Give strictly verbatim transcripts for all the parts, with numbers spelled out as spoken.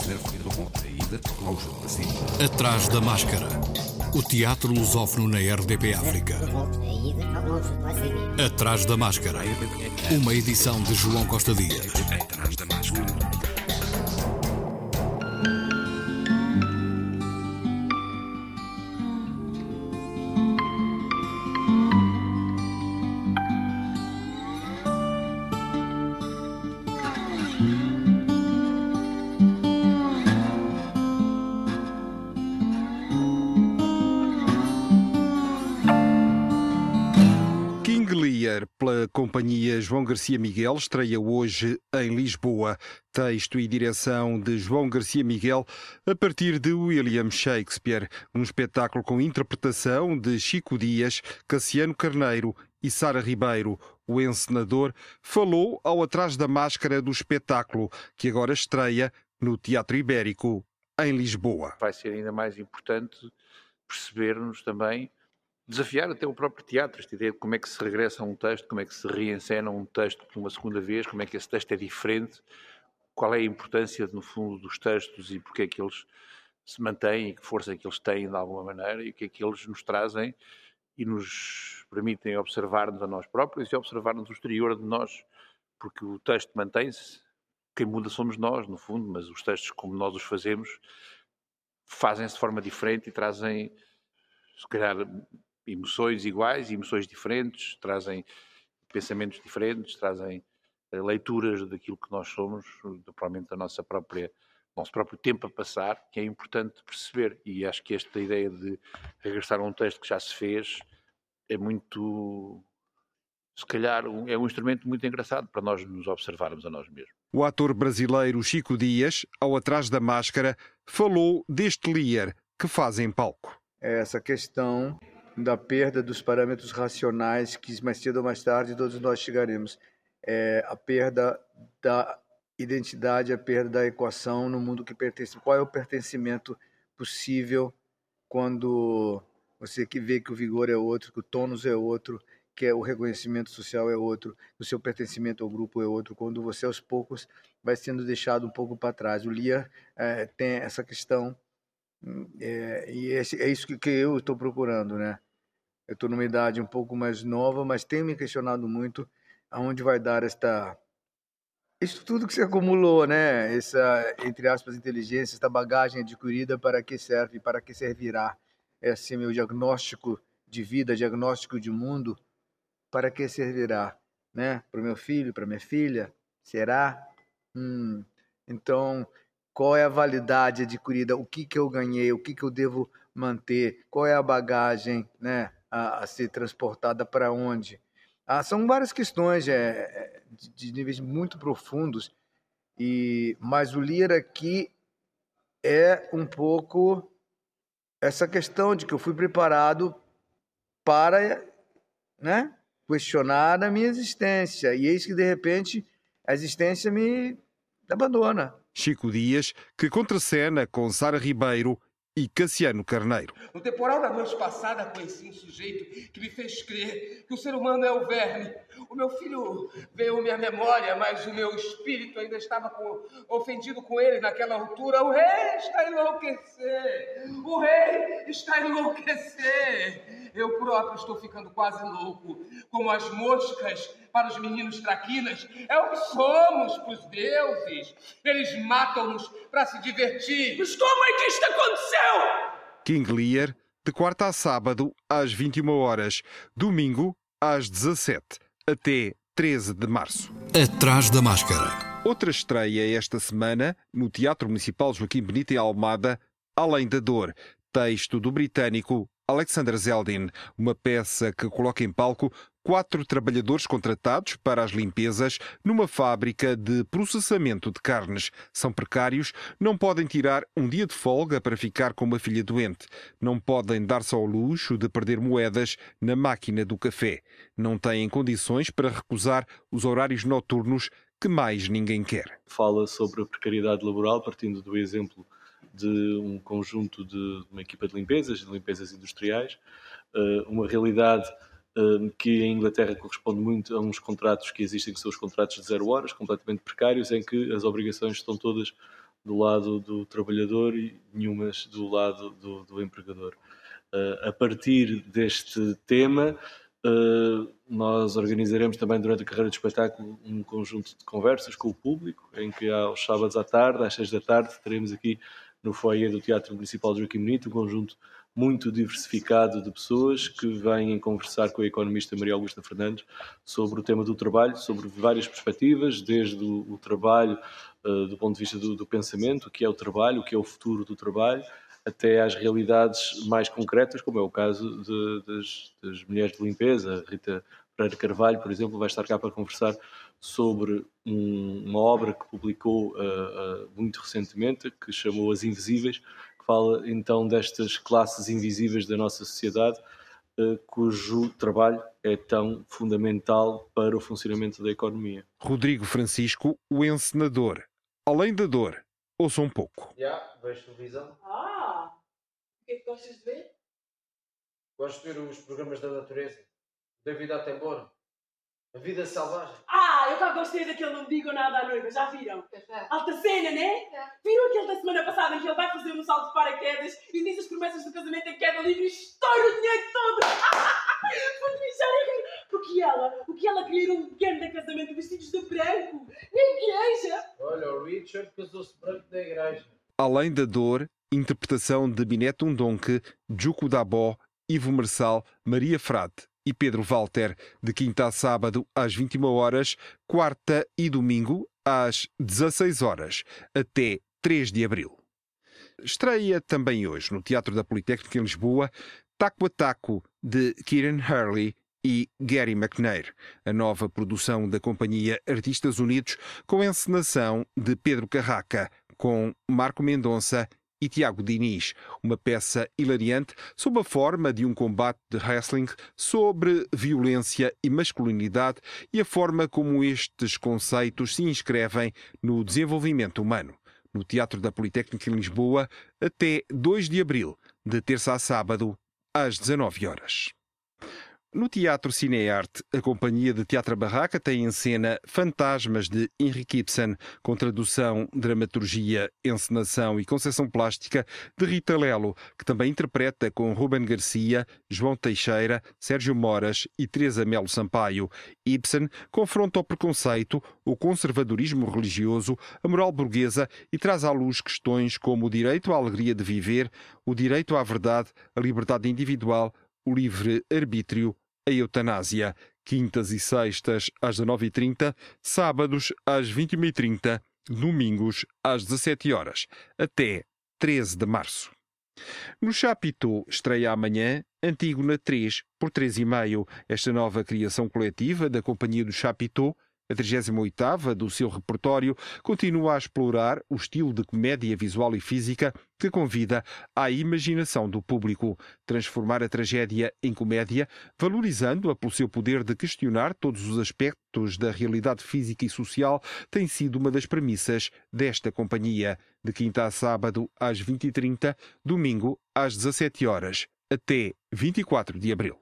Atrás da máscara. O teatro lusófono na R D P África. Atrás da máscara. Uma edição de João Costa Dias. Atrás da máscara. Pela companhia João Garcia Miguel, estreia hoje em Lisboa. Texto e direção de João Garcia Miguel a partir de William Shakespeare. Um espetáculo com interpretação de Chico Dias, Cassiano Carneiro e Sara Ribeiro. O encenador falou ao Atrás da Máscara do espetáculo, que agora estreia no Teatro Ibérico, em Lisboa. Vai ser ainda mais importante percebermos também, desafiar até o próprio teatro, esta ideia de como é que se regressa a um texto, como é que se reencena um texto por uma segunda vez, como é que esse texto é diferente, qual é a importância, no fundo, dos textos e porque é que eles se mantêm e que força é que eles têm, de alguma maneira, e o que é que eles nos trazem e nos permitem observar-nos a nós próprios e observar-nos o exterior de nós, porque o texto mantém-se, quem muda somos nós, no fundo, mas os textos, como nós os fazemos, fazem-se de forma diferente e trazem, se calhar, emoções iguais e emoções diferentes, trazem pensamentos diferentes, trazem leituras daquilo que nós somos, provavelmente da nossa própria, nosso próprio tempo a passar, que é importante perceber. E acho que esta ideia de regressar a um texto que já se fez é muito, se calhar, é um instrumento muito engraçado para nós nos observarmos a nós mesmos. O ator brasileiro Chico Dias, ao Atrás da Máscara, falou deste Lear que faz em palco. Essa questão da perda dos parâmetros racionais que mais cedo ou mais tarde todos nós chegaremos. É a perda da identidade, a perda da equação no mundo que pertence. Qual é o pertencimento possível quando você que vê que o vigor é outro, que o tônus é outro, que é o reconhecimento social é outro, que o seu pertencimento ao grupo é outro, quando você aos poucos vai sendo deixado um pouco para trás. O Lear é, tem essa questão, é, e é, é isso que, que eu estou procurando, né? Eu estou numa idade um pouco mais nova, mas tenho me questionado muito aonde vai dar esta... Isso tudo que você acumulou, né? Essa, entre aspas, inteligência, esta bagagem adquirida, para que serve, para que servirá? Esse meu diagnóstico de vida, diagnóstico de mundo, para que servirá? Né? Para o meu filho, para minha filha? Será? Hum. Então, qual é a validade adquirida? O que, que eu ganhei? O que, que eu devo manter? Qual é a bagagem, né? A, a ser transportada para onde? Ah, são várias questões é, de, de níveis muito profundos, e, mas o Lear aqui é um pouco essa questão de que eu fui preparado para, né, questionar a minha existência, e eis que, de repente, a existência me abandona. Chico Dias, que contracena com Sara Ribeiro e Cassiano Carneiro. No temporal da noite passada, conheci um sujeito que me fez crer que o ser humano é o verme. O meu filho veio-me à memória, mas o meu espírito ainda estava com, ofendido com ele naquela altura. O rei está a enlouquecer! O rei está a enlouquecer! Eu próprio estou ficando quase louco, como as moscas para os meninos traquinas. É o que somos para os deuses. Eles matam-nos para se divertir. Mas como é que isto aconteceu? King Lear, de quarta a sábado, às vinte e uma horas. Domingo, às dezassete. Até treze de março. Atrás da máscara. Outra estreia esta semana, no Teatro Municipal Joaquim Benito em Almada, Além da Dor. Texto do britânico Alexander Zeldin, uma peça que coloca em palco quatro trabalhadores contratados para as limpezas numa fábrica de processamento de carnes. São precários, não podem tirar um dia de folga para ficar com uma filha doente, não podem dar-se ao luxo de perder moedas na máquina do café, não têm condições para recusar os horários noturnos que mais ninguém quer. Fala sobre a precariedade laboral, partindo do exemplo de um conjunto de uma equipa de limpezas, de limpezas industriais, uma realidade que em Inglaterra corresponde muito a uns contratos que existem, que são os contratos de zero horas, completamente precários, em que as obrigações estão todas do lado do trabalhador e nenhumas do lado do, do empregador. Uh, a partir deste tema, uh, nós organizaremos também durante a carreira de espetáculo um conjunto de conversas com o público, em que aos sábados à tarde, às seis da tarde, teremos aqui no foyer do Teatro Municipal de Joaquim Benito um conjunto muito diversificado de pessoas que vêm conversar com a economista Maria Augusta Fernandes sobre o tema do trabalho, sobre várias perspectivas, desde o, o trabalho uh, do ponto de vista do, do pensamento, o que é o trabalho, o que é o futuro do trabalho, até às realidades mais concretas, como é o caso de, das, das mulheres de limpeza. Rita Pereira Carvalho, por exemplo, vai estar cá para conversar sobre um, uma obra que publicou uh, uh, muito recentemente, que chamou As Invisíveis, que fala então destas classes invisíveis da nossa sociedade, uh, cujo trabalho é tão fundamental para o funcionamento da economia. Rodrigo Francisco, o encenador. Além da dor, ouça um pouco. Já, vejo televisão. Ah, o que é que gostas de ver? Gosto de ver os programas da natureza. David Attenborough. A vida selvagem. Ah, eu cá gostei daquele Não Digo Nada à Noiva, já viram? Alta cena, né? Viram aquele da semana passada em que ele vai fazer um salto de paraquedas e diz as promessas do casamento em queda livre e estoura o dinheiro todo? Vou deixar a rir. Porque ela, o que ela queria era um pequeno de casamento vestidos de branco, na igreja. Olha, o Richard casou-se branco da igreja. Além da dor, interpretação de Binete Undonque, Djuco Dabó, Ivo Marçal, Maria Frade e Pedro Walter, de quinta a sábado às vinte e uma horas, quarta e domingo às dezasseis horas, até três de abril. Estreia também hoje no Teatro da Politécnica em Lisboa, Taco a Taco, de Kieran Hurley e Gary McNair, a nova produção da companhia Artistas Unidos, com a encenação de Pedro Carraca, com Marco Mendonça e Tiago Diniz, uma peça hilariante sob a forma de um combate de wrestling sobre violência e masculinidade e a forma como estes conceitos se inscrevem no desenvolvimento humano. No Teatro da Politécnica em Lisboa, até dois de abril, de terça a sábado, às dezanove horas. No Teatro Cinearte, a Companhia de Teatro Barraca tem em cena Fantasmas de Henrik Ibsen, com tradução, dramaturgia, encenação e concepção plástica de Rita Lelo, que também interpreta com Ruben Garcia, João Teixeira, Sérgio Moras e Teresa Melo Sampaio. Ibsen confronta o preconceito, o conservadorismo religioso, a moral burguesa e traz à luz questões como o direito à alegria de viver, o direito à verdade, a liberdade individual, o livre-arbítrio, a eutanásia, quintas e sextas às dezenove e trinta, sábados às vinte e uma e trinta, domingos às dezassete horas, até treze de março. No Chapitão estreia amanhã Antígona três por três e meio, esta nova criação coletiva da Companhia do Chapitão, a trigésima oitava do seu repertório, continua a explorar o estilo de comédia visual e física que convida à imaginação do público, transformar a tragédia em comédia, valorizando-a pelo seu poder de questionar todos os aspectos da realidade física e social, tem sido uma das premissas desta companhia, de quinta a sábado às vinte e trinta, domingo às dezassete horas, até vinte e quatro de abril.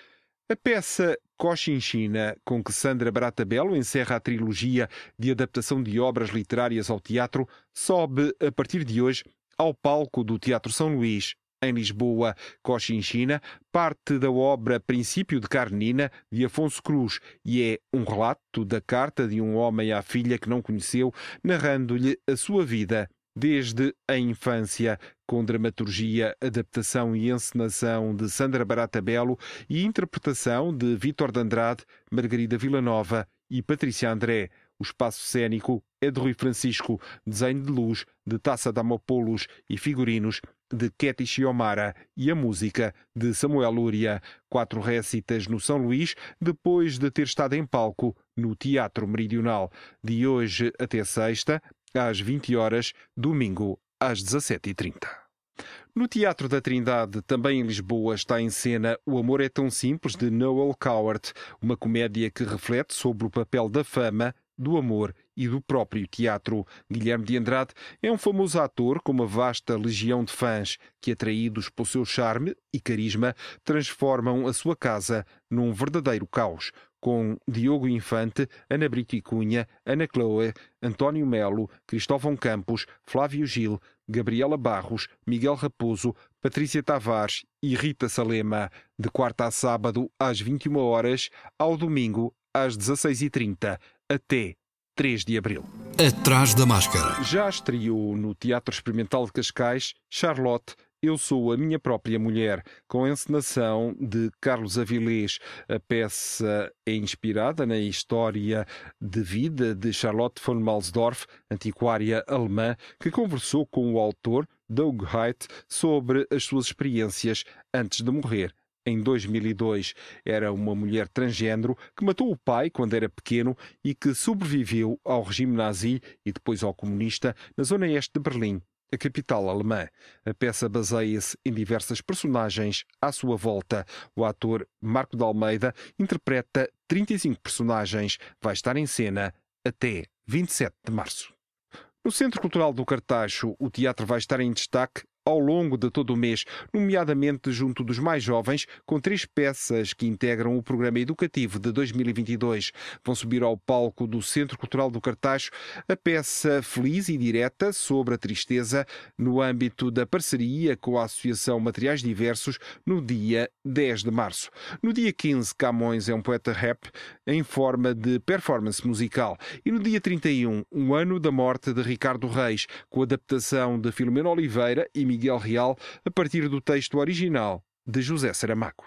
A peça Cochinchina, com que Sandra Barata Belo encerra a trilogia de adaptação de obras literárias ao teatro, sobe a partir de hoje ao palco do Teatro São Luís, em Lisboa. Cochinchina parte da obra Princípio de Karenina, de Afonso Cruz, e é um relato da carta de um homem à filha que não conheceu, narrando-lhe a sua vida desde a infância, com dramaturgia, adaptação e encenação de Sandra Barata Belo e interpretação de Vítor de Andrade, Margarida Villanova e Patrícia André. O espaço cênico é de Rui Francisco, desenho de luz de Taça Damopoulos e figurinos de Ketty Chiomara e a música de Samuel Lúria. Quatro récitas no São Luís, depois de ter estado em palco no Teatro Meridional. De hoje até sexta, às vinte horas, domingo às dezassete e trinta. No Teatro da Trindade, também em Lisboa, está em cena O Amor é Tão Simples, de Noel Coward, uma comédia que reflete sobre o papel da fama, do amor e do próprio teatro. Guilherme de Andrade é um famoso ator com uma vasta legião de fãs que, atraídos pelo seu charme e carisma, transformam a sua casa num verdadeiro caos. com Diogo Infante, Ana Brito e Cunha, Ana Chloe, António Melo, Cristóvão Campos, Flávio Gil, Gabriela Barros, Miguel Raposo, Patrícia Tavares e Rita Salema, de quarta a sábado às vinte e uma horas, ao domingo às dezasseis e trinta, até três de abril. Atrás da Máscara. Já estreou no Teatro Experimental de Cascais Charlotte, Eu Sou a Minha Própria Mulher, com a encenação de Carlos Avilés. A peça é inspirada na história de vida de Charlotte von Malsdorf, antiquária alemã, que conversou com o autor, Doug Height, sobre as suas experiências antes de morrer. Em dois mil e dois, era uma mulher transgênero que matou o pai quando era pequeno e que sobreviveu ao regime nazi e depois ao comunista na zona este de Berlim, a capital alemã. A peça baseia-se em diversas personagens à sua volta. O ator Marco de Almeida interpreta trinta e cinco personagens. Vai estar em cena até vinte e sete de março. No Centro Cultural do Cartacho, o teatro vai estar em destaque ao longo de todo o mês, nomeadamente junto dos mais jovens, com três peças que integram o programa educativo de dois mil e vinte e dois. Vão subir ao palco do Centro Cultural do Cartacho a peça Feliz e Direta sobre a tristeza, no âmbito da parceria com a Associação Materiais Diversos, no dia dez de março. No dia quinze, Camões é um poeta rap em forma de performance musical. E no dia trinta e um, um ano da morte de Ricardo Reis, com adaptação de Filomeno Oliveira e Miguel Real, a partir do texto original de José Saramago.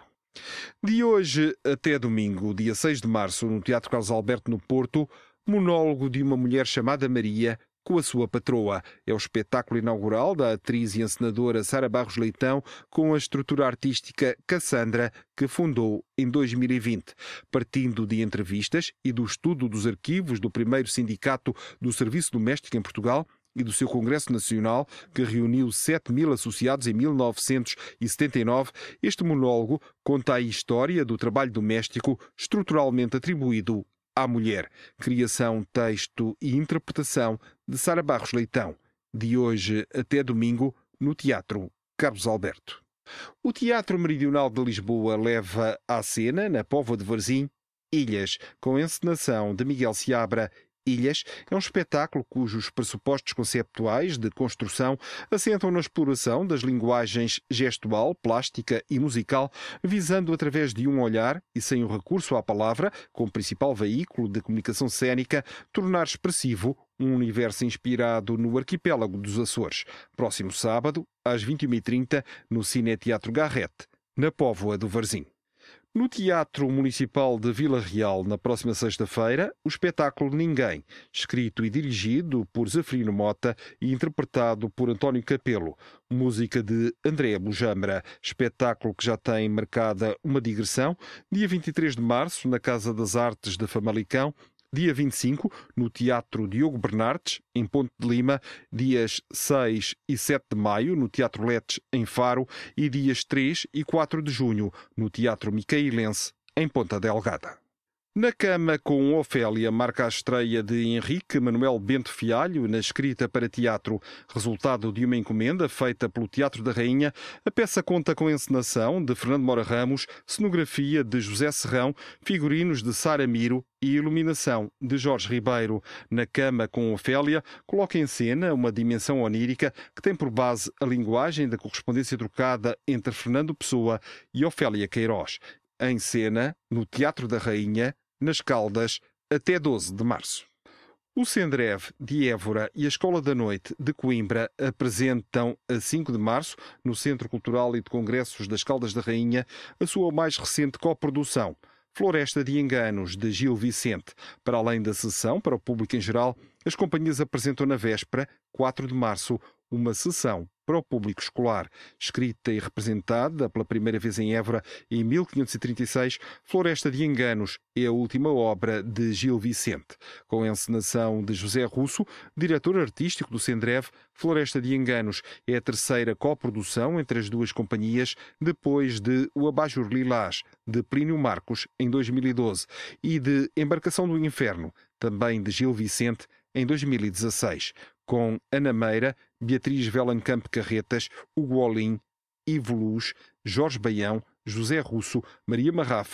De hoje até domingo, dia seis de março, no Teatro Carlos Alberto, no Porto, monólogo de uma mulher chamada Maria com a sua patroa. É o espetáculo inaugural da atriz e encenadora Sara Barros Leitão, com a estrutura artística Cassandra, que fundou em dois mil e vinte. Partindo de entrevistas e do estudo dos arquivos do primeiro sindicato do Serviço Doméstico em Portugal e do seu Congresso Nacional, que reuniu sete mil associados em mil novecentos e setenta e nove, este monólogo conta a história do trabalho doméstico estruturalmente atribuído à mulher. Criação, texto e interpretação de Sara Barros Leitão. De hoje até domingo, no Teatro Carlos Alberto. O Teatro Meridional de Lisboa leva à cena, na Póvoa de Varzim, Ilhas, com encenação de Miguel Seabra. Ilhas é um espetáculo cujos pressupostos conceptuais de construção assentam na exploração das linguagens gestual, plástica e musical, visando através de um olhar e sem o recurso à palavra, como principal veículo de comunicação cênica, tornar expressivo um universo inspirado no arquipélago dos Açores. Próximo sábado, às vinte e uma e trinta, no Cine Teatro Garrett, na Póvoa do Varzim. No Teatro Municipal de Vila Real, na próxima sexta-feira, o espetáculo Ninguém, escrito e dirigido por Zefirino Mota e interpretado por António Capelo, música de André Bujamra, espetáculo que já tem marcada uma digressão, dia vinte e três de março, na Casa das Artes de Famalicão, dia vinte e cinco, no Teatro Diogo Bernardes, em Ponte de Lima, dias seis e sete de maio, no Teatro Letes, em Faro, e dias três e quatro de junho, no Teatro Micaelense, em Ponta Delgada. Na Cama com Ofélia marca a estreia de Henrique Manuel Bento Fialho na escrita para teatro. Resultado de uma encomenda feita pelo Teatro da Rainha, a peça conta com a encenação de Fernando Mora Ramos, cenografia de José Serrão, figurinos de Sara Miro e iluminação de Jorge Ribeiro. Na Cama com Ofélia coloca em cena uma dimensão onírica que tem por base a linguagem da correspondência trocada entre Fernando Pessoa e Ofélia Queiroz. Em cena, no Teatro da Rainha, nas Caldas, até doze de março. O Sendrev de Évora e a Escola da Noite de Coimbra apresentam a cinco de março, no Centro Cultural e de Congressos das Caldas da Rainha, a sua mais recente coprodução, Floresta de Enganos, de Gil Vicente. Para além da sessão, para o público em geral, as companhias apresentam na véspera, quatro de março, uma sessão para o público escolar. Escrita e representada pela primeira vez em Évora em mil quinhentos e trinta e seis, Floresta de Enganos é a última obra de Gil Vicente. Com a encenação de José Russo, diretor artístico do Sendrev, Floresta de Enganos é a terceira coprodução entre as duas companhias, depois de O Abajur Lilás, de Plínio Marcos, em dois mil e doze, e de Embarcação do Inferno, também de Gil Vicente, em dois mil e dezasseis, com Ana Meira, Beatriz Vellencamp Carretas, Hugo Olim, Ivo Luz, Jorge Baião, José Russo, Maria Marrafa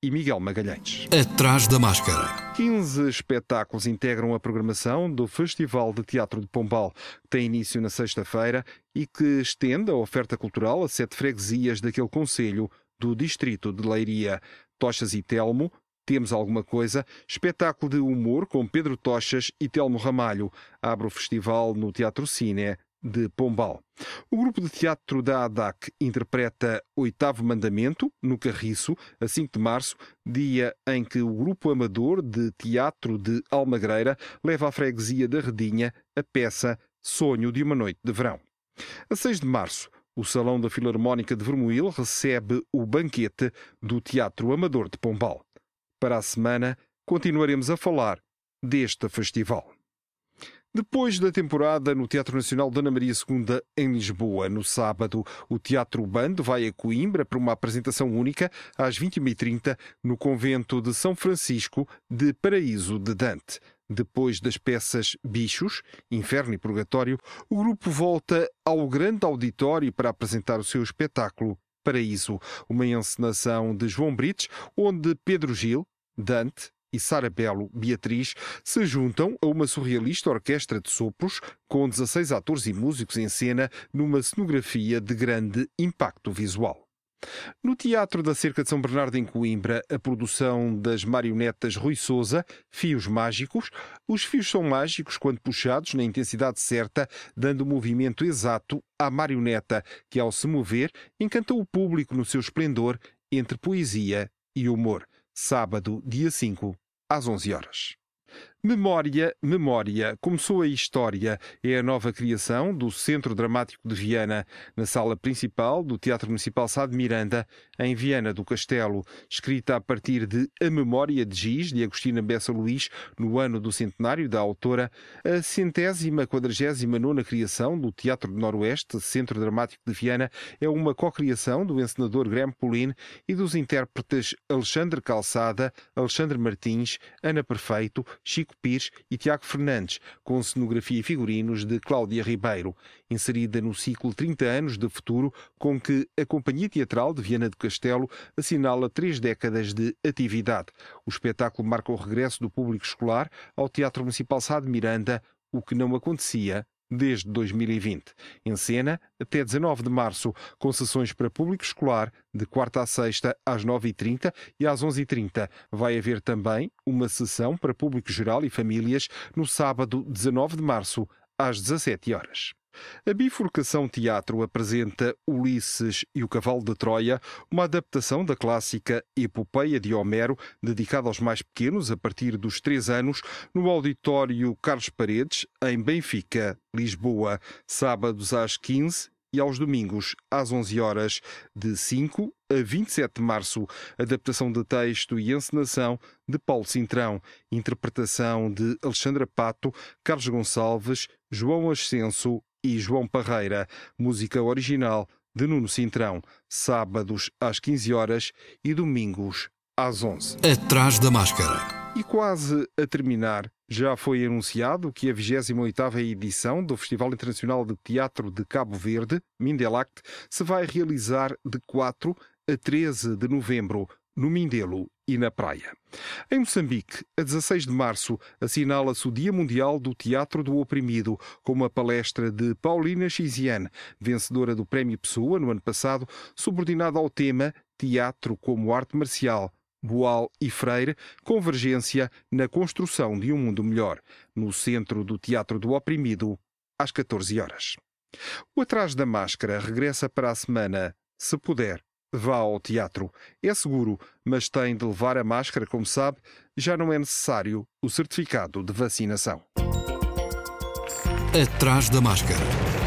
e Miguel Magalhães. Atrás da Máscara. quinze espetáculos integram a programação do Festival de Teatro de Pombal, que tem início na sexta-feira e que estende a oferta cultural a sete freguesias daquele concelho do distrito de Leiria. Tochas e Telmo, Temos Alguma Coisa, espetáculo de humor com Pedro Tochas e Telmo Ramalho. Abre o festival no Teatro Cine de Pombal. O grupo de teatro da A D A C interpreta Oitavo Mandamento, no Carriço, a cinco de março, dia em que o grupo amador de teatro de Almagreira leva à freguesia da Redinha a peça Sonho de uma Noite de Verão. A seis de março, o Salão da Filarmónica de Vermoil recebe o banquete do Teatro Amador de Pombal. Para a semana, continuaremos a falar deste festival. Depois da temporada no Teatro Nacional Dona Maria segunda em Lisboa, no sábado, o Teatro Bando vai a Coimbra para uma apresentação única às vinte e uma e trinta no convento de São Francisco de Paraíso de Dante. Depois das peças Bichos, Inferno e Purgatório, o grupo volta ao grande auditório para apresentar o seu espetáculo Paraíso, uma encenação de João Brites, onde Pedro Gil, Dante e Sara Belo, Beatriz, se juntam a uma surrealista orquestra de sopros com dezasseis atores e músicos em cena numa cenografia de grande impacto visual. No Teatro da Cerca de São Bernardo, em Coimbra, a produção das marionetas Rui Sousa, Fios Mágicos. Os fios são mágicos quando puxados na intensidade certa, dando o movimento exato à marioneta, que ao se mover, encanta o público no seu esplendor entre poesia e humor. Sábado, dia cinco, às onze horas. Memória, Memória. Começou a História. É a nova criação do Centro Dramático de Viana, na sala principal do Teatro Municipal Sá de Miranda, em Viana do Castelo. Escrita a partir de A Memória de Giz, de Agostina Bessa Luís, no ano do centenário da autora, a centésima quadragésima nona criação do Teatro do Noroeste, Centro Dramático de Viana, é uma cocriação do encenador Graham Pauline e dos intérpretes Alexandre Calçada, Alexandre Martins, Ana Perfeito, Chico Pires e Tiago Fernandes, com cenografia e figurinos de Cláudia Ribeiro, inserida no ciclo trinta anos de futuro, com que a Companhia Teatral de Viana do Castelo assinala três décadas de atividade. O espetáculo marca o regresso do público escolar ao Teatro Municipal Sá de Miranda, o que não acontecia desde dois mil e vinte. Em cena, até dezanove de março, com sessões para público escolar, de quarta a sexta, às nove e trinta e às onze e trinta. Vai haver também uma sessão para público geral e famílias no sábado, dezanove de março, às dezassete horas. A Bifurcação Teatro apresenta Ulisses e o Cavalo de Troia, uma adaptação da clássica Epopeia de Homero, dedicada aos mais pequenos a partir dos três anos, no Auditório Carlos Paredes, em Benfica, Lisboa, sábados às quinze e aos domingos às onze horas, de cinco a vinte e sete de março. Adaptação de texto e encenação de Paulo Cintrão, interpretação de Alexandra Pato, Carlos Gonçalves, João Ascenso e João Parreira. Música original de Nuno Cintrão, sábados às quinze horas e domingos às onze. Atrás da Máscara. E quase a terminar, já foi anunciado que a vigésima oitava edição do Festival Internacional de Teatro de Cabo Verde, Mindelact, se vai realizar de quatro a treze de novembro, no Mindelo e na Praia. Em Moçambique, a dezasseis de março, assinala-se o Dia Mundial do Teatro do Oprimido, com uma palestra de Paulina Chiziane, vencedora do Prémio Pessoa no ano passado, subordinada ao tema Teatro como Arte Marcial, Boal e Freire, convergência na construção de um mundo melhor, no Centro do Teatro do Oprimido, às catorze horas. O Atrás da Máscara regressa para a semana, se puder. Vá ao teatro. É seguro, mas tem de levar a máscara, como sabe, já não é necessário o certificado de vacinação. Atrás da Máscara.